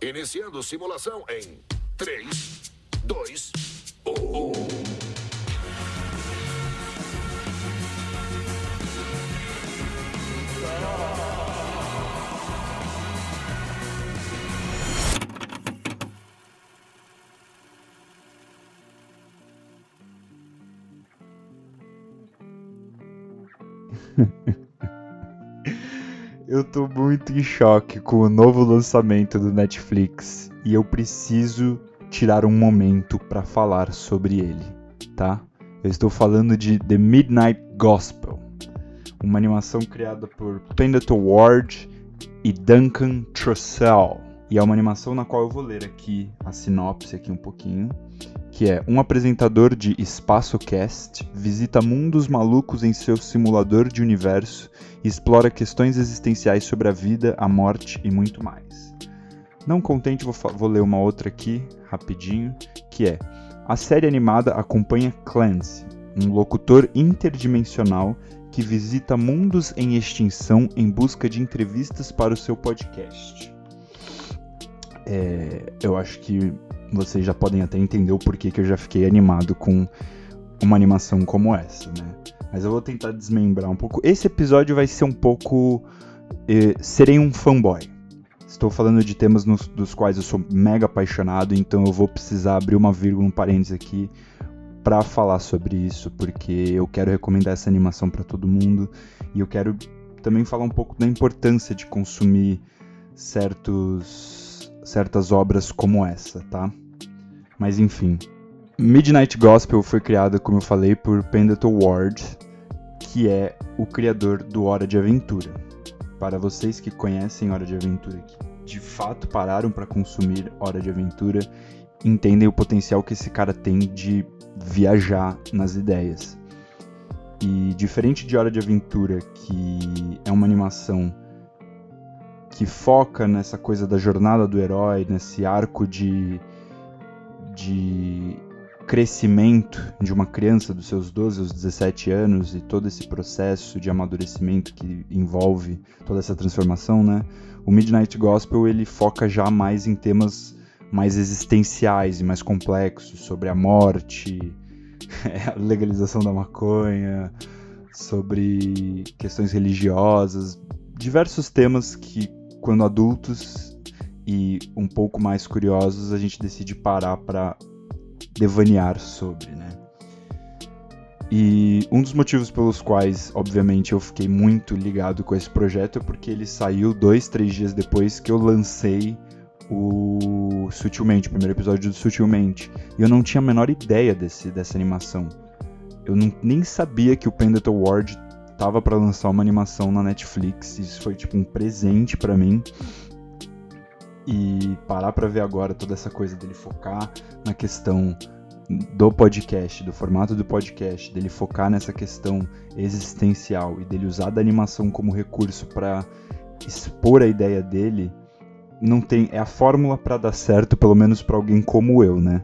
Iniciando simulação em 3, 2, 1. Eu tô muito em choque com o novo lançamento do Netflix e eu preciso tirar um momento para falar sobre ele, tá? Eu estou falando de The Midnight Gospel, uma animação criada por Pendleton Ward e Duncan Trussell. E é uma animação na qual eu vou ler aqui a sinopse aqui um pouquinho, que é: um apresentador de EspaçoCast visita mundos malucos em seu simulador de universo e explora questões existenciais sobre a vida, a morte e muito mais. Não contente, vou ler uma outra aqui, rapidinho, que é: a série animada acompanha Clancy, um locutor interdimensional que visita mundos em extinção em busca de entrevistas para o seu podcast. Eu acho que vocês já podem até entender o porquê que eu já fiquei animado com uma animação como essa, né? Mas eu vou tentar desmembrar um pouco. Esse episódio vai ser um pouco... serei um fanboy. Estou falando de temas dos quais eu sou mega apaixonado, então eu vou precisar abrir uma vírgula, um parênteses aqui para falar sobre isso, porque eu quero recomendar essa animação para todo mundo e eu quero também falar um pouco da importância de consumir certas obras como essa, tá? Mas enfim, Midnight Gospel foi criada, como eu falei, por Pendleton Ward, que é o criador do Hora de Aventura. Para vocês que conhecem Hora de Aventura, que de fato pararam para consumir Hora de Aventura, entendem o potencial que esse cara tem de viajar nas ideias. E diferente de Hora de Aventura, que é uma animação que foca nessa coisa da jornada do herói, nesse arco de crescimento de uma criança dos seus 12 aos 17 anos e todo esse processo de amadurecimento que envolve toda essa transformação, né? O Midnight Gospel, ele foca já mais em temas mais existenciais e mais complexos, sobre a morte, a legalização da maconha, sobre questões religiosas, diversos temas que, quando adultos e um pouco mais curiosos, a gente decide parar para devanear sobre, né? E um dos motivos pelos quais, obviamente, eu fiquei muito ligado com esse projeto é porque ele saiu 2-3 dias depois que eu lancei o Sutilmente, o primeiro episódio do Sutilmente. E eu não tinha a menor ideia dessa animação. Eu nem sabia que o Pendleton Ward tava para lançar uma animação na Netflix. Isso foi tipo um presente para mim. E parar para ver agora toda essa coisa dele focar na questão do podcast, do formato do podcast, dele focar nessa questão existencial e dele usar da animação como recurso para expor a ideia dele, é a fórmula para dar certo, pelo menos para alguém como eu, né?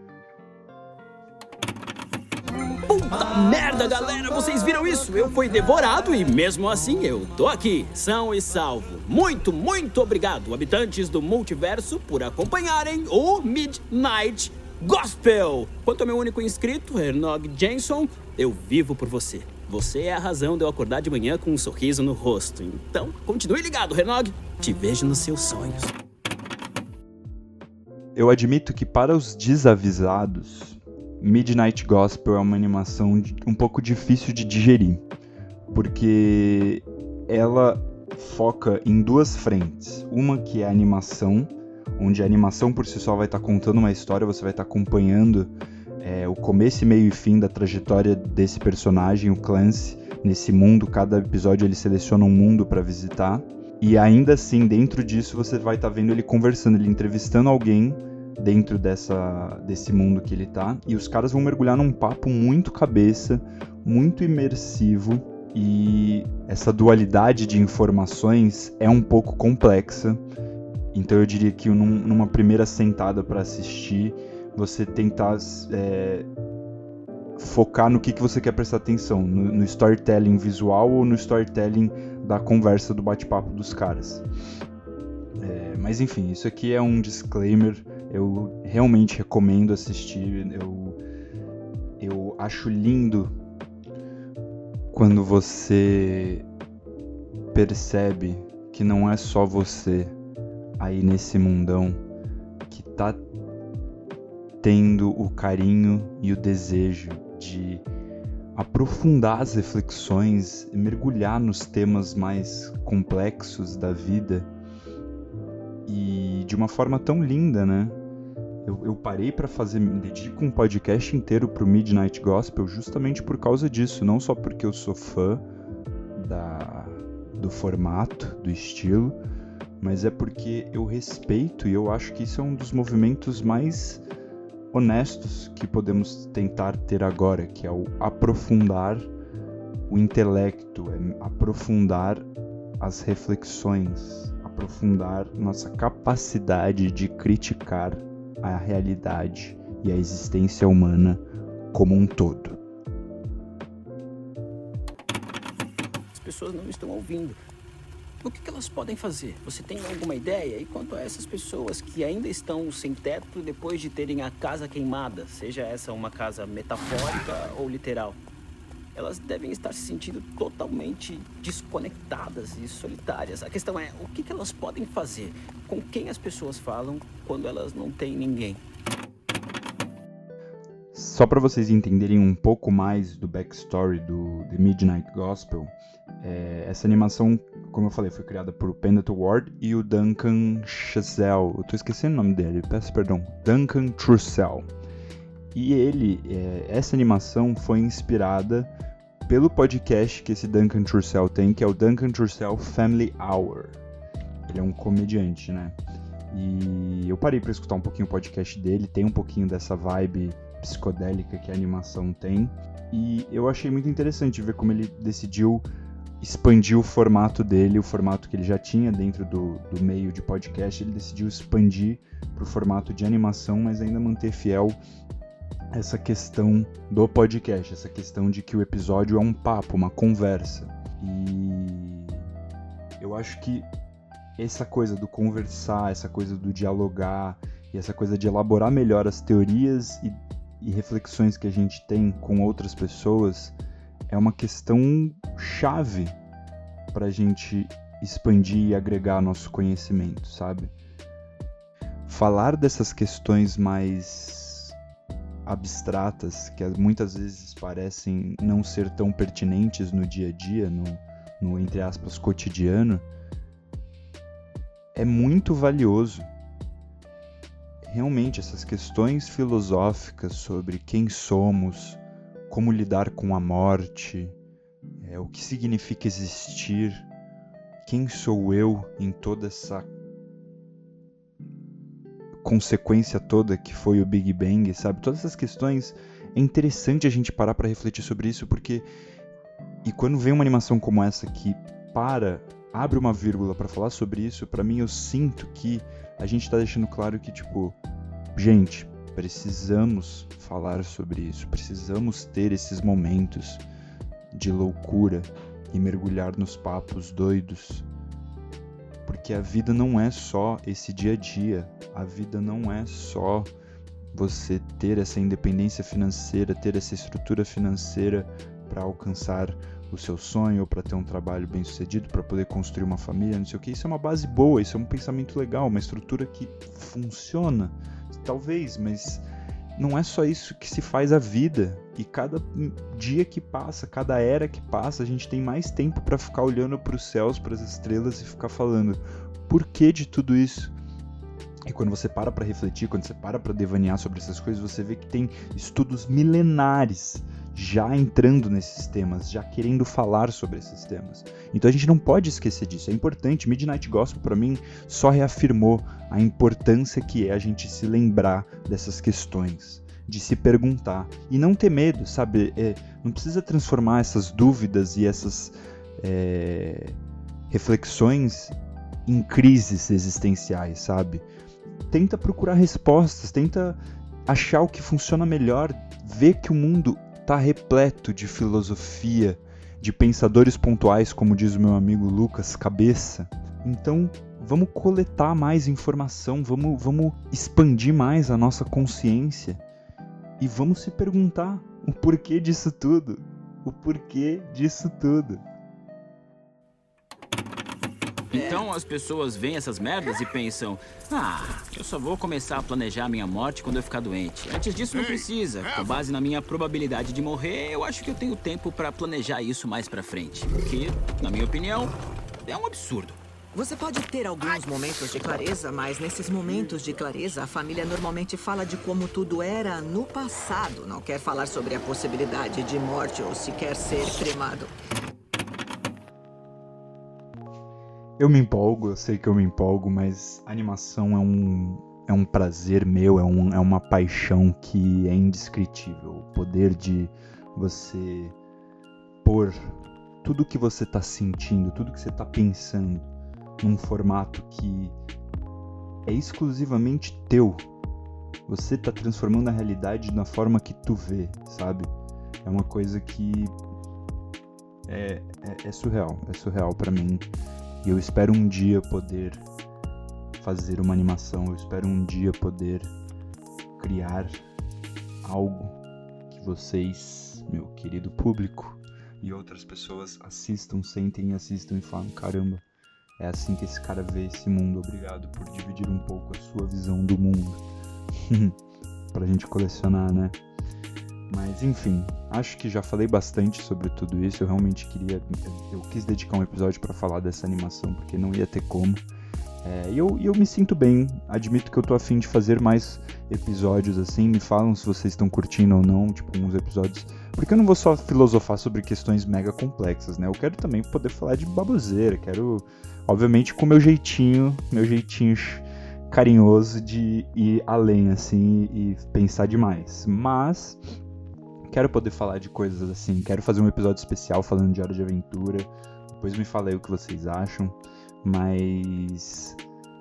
Puta merda, galera, vocês viram isso? Eu fui devorado e mesmo assim eu tô aqui, são e salvo. Muito, muito obrigado, habitantes do multiverso, por acompanharem o Midnight Gospel. Quanto ao meu único inscrito, Hernog Jenson, eu vivo por você. Você é a razão de eu acordar de manhã com um sorriso no rosto. Então, continue ligado, Hernog. Te vejo nos seus sonhos. Eu admito que para os desavisados, Midnight Gospel é uma animação um pouco difícil de digerir, porque ela foca em duas frentes. Uma que é a animação, onde a animação por si só vai estar contando uma história, você vai estar acompanhando o começo, meio e fim da trajetória desse personagem, o Clancy, nesse mundo. Cada episódio ele seleciona um mundo para visitar, e ainda assim, dentro disso, você vai estar vendo ele conversando, ele entrevistando alguém dentro desse mundo que ele tá, e os caras vão mergulhar num papo muito cabeça, muito imersivo, e essa dualidade de informações é um pouco complexa. Então eu diria que numa primeira sentada para assistir, você tentar focar no que você quer prestar atenção, no storytelling visual ou no storytelling da conversa, do bate-papo dos caras. Mas enfim, isso aqui é um disclaimer. Eu realmente recomendo assistir. Eu acho lindo quando você percebe que não é só você aí nesse mundão que tá tendo o carinho e o desejo de aprofundar as reflexões e mergulhar nos temas mais complexos da vida e de uma forma tão linda, né? Eu parei para dedico um podcast inteiro pro Midnight Gospel justamente por causa disso, não só porque eu sou fã do formato, do estilo, mas é porque eu respeito e eu acho que isso é um dos movimentos mais honestos que podemos tentar ter agora, que é o aprofundar o intelecto, aprofundar as reflexões, aprofundar nossa capacidade de criticar a realidade e a existência humana como um todo. As pessoas não estão ouvindo. O que elas podem fazer? Você tem alguma ideia? E quanto a essas pessoas que ainda estão sem teto depois de terem a casa queimada, seja essa uma casa metafórica ou literal, elas devem estar se sentindo totalmente desconectadas e solitárias. A questão é, o que elas podem fazer? Com quem as pessoas falam quando elas não têm ninguém? Só para vocês entenderem um pouco mais do backstory do The Midnight Gospel, essa animação, como eu falei, foi criada por Pendleton Ward e o Duncan Trussell. Eu tô esquecendo o nome dele, peço perdão. Duncan Trussell. E essa animação foi inspirada pelo podcast que esse Duncan Trussell tem, que é o Duncan Trussell Family Hour. Ele é um comediante, né? E eu parei para escutar um pouquinho o podcast dele, tem um pouquinho dessa vibe psicodélica que a animação tem. E eu achei muito interessante ver como ele decidiu expandir o formato dele, o formato que ele já tinha dentro do meio de podcast, ele decidiu expandir para o formato de animação, mas ainda manter fiel essa questão do podcast, essa questão de que o episódio é um papo, uma conversa. E eu acho que essa coisa do conversar, essa coisa do dialogar e essa coisa de elaborar melhor as teorias e reflexões que a gente tem com outras pessoas é uma questão chave para a gente expandir e agregar nosso conhecimento, sabe? Falar dessas questões mais abstratas, que muitas vezes parecem não ser tão pertinentes no dia a dia, no entre aspas, cotidiano, é muito valioso. Realmente, essas questões filosóficas sobre quem somos, como lidar com a morte, o que significa existir, quem sou eu em toda essa consequência toda que foi o Big Bang, sabe? Todas essas questões, é interessante a gente parar para refletir sobre isso, porque e quando vem uma animação como essa que abre uma vírgula para falar sobre isso, para mim eu sinto que a gente tá deixando claro que, tipo, gente, precisamos falar sobre isso, precisamos ter esses momentos de loucura e mergulhar nos papos doidos, porque a vida não é só esse dia a dia, a vida não é só você ter essa independência financeira, ter essa estrutura financeira para alcançar o seu sonho, ou para ter um trabalho bem sucedido, para poder construir uma família, não sei o que. Isso é uma base boa, isso é um pensamento legal, uma estrutura que funciona, talvez, mas não é só isso que se faz a vida. E cada dia que passa, cada era que passa, a gente tem mais tempo para ficar olhando para os céus, para as estrelas e ficar falando por que de tudo isso? E quando você para refletir, quando você para devanear sobre essas coisas, você vê que tem estudos milenares já entrando nesses temas, já querendo falar sobre esses temas. Então a gente não pode esquecer disso, é importante. Midnight Gospel, para mim, só reafirmou a importância que é a gente se lembrar dessas questões, de se perguntar e não ter medo, sabe? Não precisa transformar essas dúvidas e essas reflexões em crises existenciais, sabe? Tenta procurar respostas, tenta achar o que funciona melhor, ver que o mundo está repleto de filosofia, de pensadores pontuais, como diz o meu amigo Lucas Cabeça. Então, Vamos coletar mais informação, vamos expandir mais a nossa consciência e vamos se perguntar o porquê disso tudo. O porquê disso tudo. Então as pessoas veem essas merdas e pensam: eu só vou começar a planejar minha morte quando eu ficar doente. Antes disso não precisa. Com base na minha probabilidade de morrer, eu acho que eu tenho tempo pra planejar isso mais pra frente. O que, na minha opinião, é um absurdo. Você pode ter alguns momentos de clareza, mas nesses momentos de clareza, a família normalmente fala de como tudo era no passado. Não quer falar sobre a possibilidade de morte ou sequer ser cremado. Eu me empolgo, eu sei que eu me empolgo, mas animação é um prazer meu, é uma paixão que é indescritível. O poder de você pôr tudo que você está sentindo, tudo que você está pensando num formato que é exclusivamente teu. Você está transformando a realidade na forma que tu vê, sabe? É uma coisa que é surreal pra mim. E eu espero um dia poder fazer uma animação, eu espero um dia poder criar algo que vocês, meu querido público, e outras pessoas sentem e assistam e falam: caramba, é assim que esse cara vê esse mundo, obrigado por dividir um pouco a sua visão do mundo. Pra gente colecionar, né? Mas enfim, acho que já falei bastante sobre tudo isso. Eu realmente quis dedicar um episódio pra falar dessa animação, porque não ia ter como. E eu me sinto bem, admito que eu tô a fim de fazer mais episódios assim. Me falam se vocês estão curtindo ou não, tipo, uns episódios, porque eu não vou só filosofar sobre questões mega complexas, né? Eu quero também poder falar de baboseira, quero, obviamente, com meu jeitinho carinhoso de ir além, assim, e pensar demais. Mas quero poder falar de coisas assim, quero fazer um episódio especial falando de Hora de Aventura. Depois me falem o que vocês acham. Mas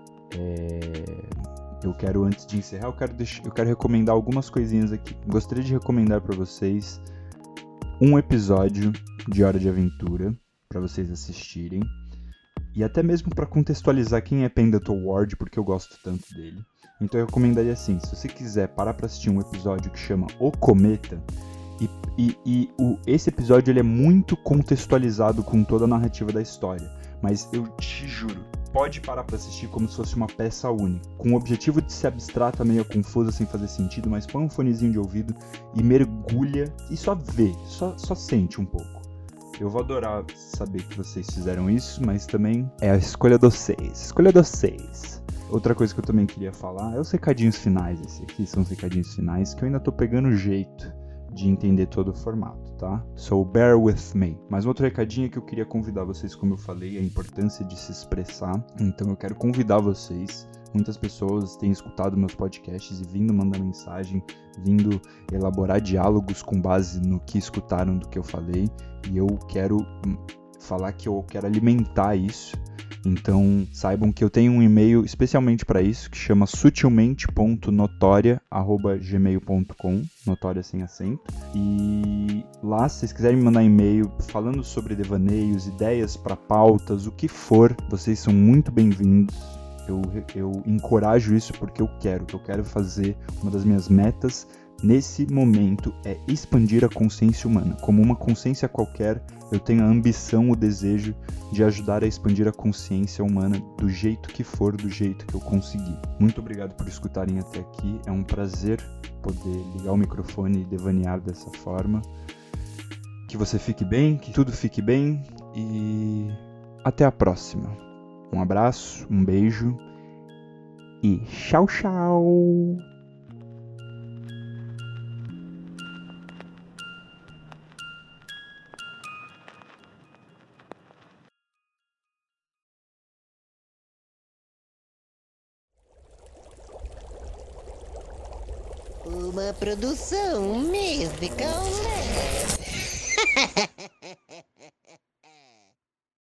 eu quero, antes de encerrar, eu quero recomendar algumas coisinhas aqui. Gostaria de recomendar para vocês um episódio de Hora de Aventura para vocês assistirem, e até mesmo para contextualizar quem é Pendleton Ward, porque eu gosto tanto dele. Então eu recomendaria assim: se você quiser parar para assistir um episódio que chama O Cometa, esse episódio ele é muito contextualizado com toda a narrativa da história. Mas eu te juro, pode parar pra assistir como se fosse uma peça única, com o objetivo de ser abstrata, meio confusa, sem fazer sentido, mas põe um fonezinho de ouvido e mergulha e só vê, só sente um pouco. Eu vou adorar saber que vocês fizeram isso, mas também é a escolha de vocês. Outra coisa que eu também queria falar é os recadinhos finais. Esse aqui são os recadinhos finais que eu ainda tô pegando o jeito de entender todo o formato, tá? So bear with me. Mas outro recadinho é que eu queria convidar vocês, como eu falei, a importância de se expressar. Então eu quero convidar vocês. Muitas pessoas têm escutado meus podcasts e vindo mandar mensagem, vindo elaborar diálogos com base no que escutaram do que eu falei. E eu quero falar que eu quero alimentar isso. Então saibam que eu tenho um e-mail especialmente para isso, que chama sutilmente.notoria@gmail.com, notória sem acento. E lá, se vocês quiserem me mandar e-mail falando sobre devaneios, ideias para pautas, o que for, vocês são muito bem-vindos. Eu encorajo isso porque o que eu quero fazer, uma das minhas metas nesse momento é expandir a consciência humana. Como uma consciência qualquer, eu tenho a ambição, o desejo de ajudar a expandir a consciência humana do jeito que for, do jeito que eu conseguir. Muito obrigado por escutarem até aqui. É um prazer poder ligar o microfone e devanear dessa forma. Que você fique bem, que tudo fique bem e até a próxima. Um abraço, um beijo e tchau, tchau! Uma produção musical leve.